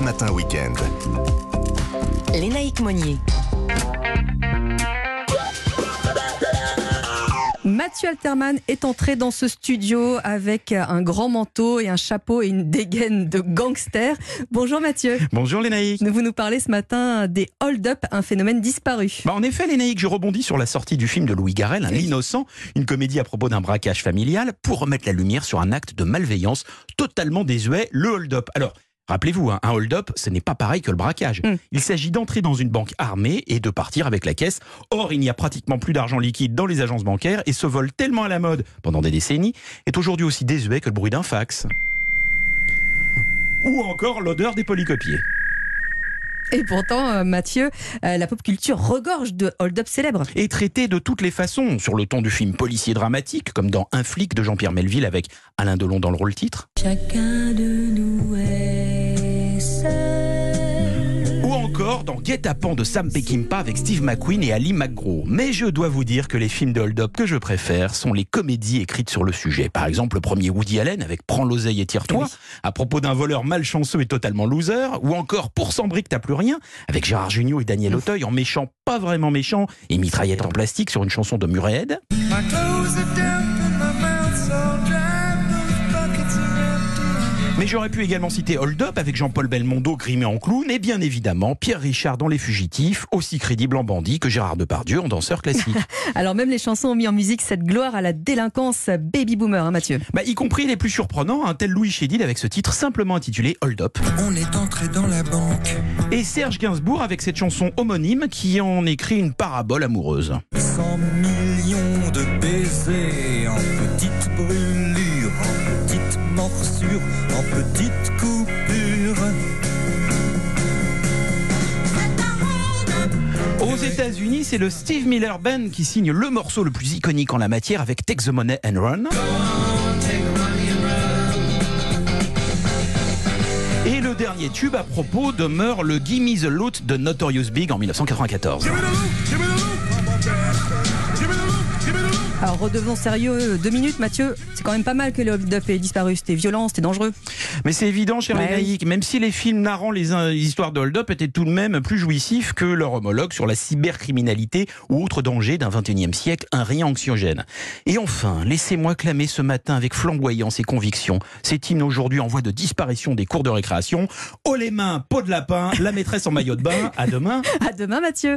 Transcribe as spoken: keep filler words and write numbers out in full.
Matin Week-end. Lénaïque Monnier. Mathieu Alterman est entré dans ce studio avec un grand manteau et un chapeau et une dégaine de gangster. Bonjour Mathieu. Bonjour Lénaïque. Vous nous parlez ce matin des hold-up, un phénomène disparu. Bah en effet Lénaïque, je rebondis sur la sortie du film de Louis Garrel, un L'Innocent, une comédie à propos d'un braquage familial, pour remettre la lumière sur un acte de malveillance totalement désuet, le hold-up. Alors, rappelez-vous, hein, un hold-up, ce n'est pas pareil que le braquage. Mm. Il s'agit d'entrer dans une banque armée et de partir avec la caisse. Or, il n'y a pratiquement plus d'argent liquide dans les agences bancaires et ce vol tellement à la mode pendant des décennies est aujourd'hui aussi désuet que le bruit d'un fax. Ou encore l'odeur des polycopiers. Et pourtant, euh, Mathieu, euh, la pop culture regorge de hold-up célèbres. Et traité de toutes les façons, sur le ton du film policier dramatique, comme dans Un flic de Jean-Pierre Melville avec Alain Delon dans le rôle titre. Chacun de nous est seul. Ou encore dans Guet-apens de Sam Peckinpah avec Steve McQueen et Ali McGraw. Mais je dois vous dire que les films de hold-up que je préfère sont les comédies écrites sur le sujet. Par exemple, le premier Woody Allen avec Prends l'oseille et tire-toi, oui, à propos d'un voleur malchanceux et totalement loser. Ou encore Pour cent briques t'as plus rien, avec Gérard Jugnot et Daniel Auteuil en méchant pas vraiment méchant et mitraillette en plastique sur une chanson de Murray Head. Mais j'aurais pu également citer Hold Up avec Jean-Paul Belmondo grimé en clown et bien évidemment Pierre Richard dans Les Fugitifs, aussi crédible en bandit que Gérard Depardieu en danseur classique. Alors même les chansons ont mis en musique cette gloire à la délinquance baby boomer, hein, Mathieu. Bah, y compris les plus surprenants, un tel Louis Chédid avec ce titre simplement intitulé Hold Up. On est entré dans la banque. Et Serge Gainsbourg avec cette chanson homonyme qui en écrit une parabole amoureuse. cent millions de baisers en petites brûlures, en petites morsures, en petites coupures. Aux États-Unis, c'est le Steve Miller Band qui signe le morceau le plus iconique en la matière avec Take the Money and Run. Et le dernier tube à propos demeure le Gimme the Loot de Notorious Big en dix-neuf cent quatre-vingt-quatorze. Alors redevenons sérieux deux minutes, Mathieu. C'est quand même pas mal que le hold-up ait disparu. C'était violent, c'était dangereux. Mais c'est évident, cher ouais. Lénaïque, même si les films narrant les, les histoires de hold-up étaient tout de même plus jouissifs que leur homologue sur la cybercriminalité ou autres dangers d'un vingt et unième siècle, un rien anxiogène. Et enfin, laissez-moi clamer ce matin avec flamboyance et conviction cet hymne aujourd'hui en voie de disparition des cours de récréation. Haut les mains, peau de lapin, la maîtresse en maillot de bain. À demain. À demain, Mathieu.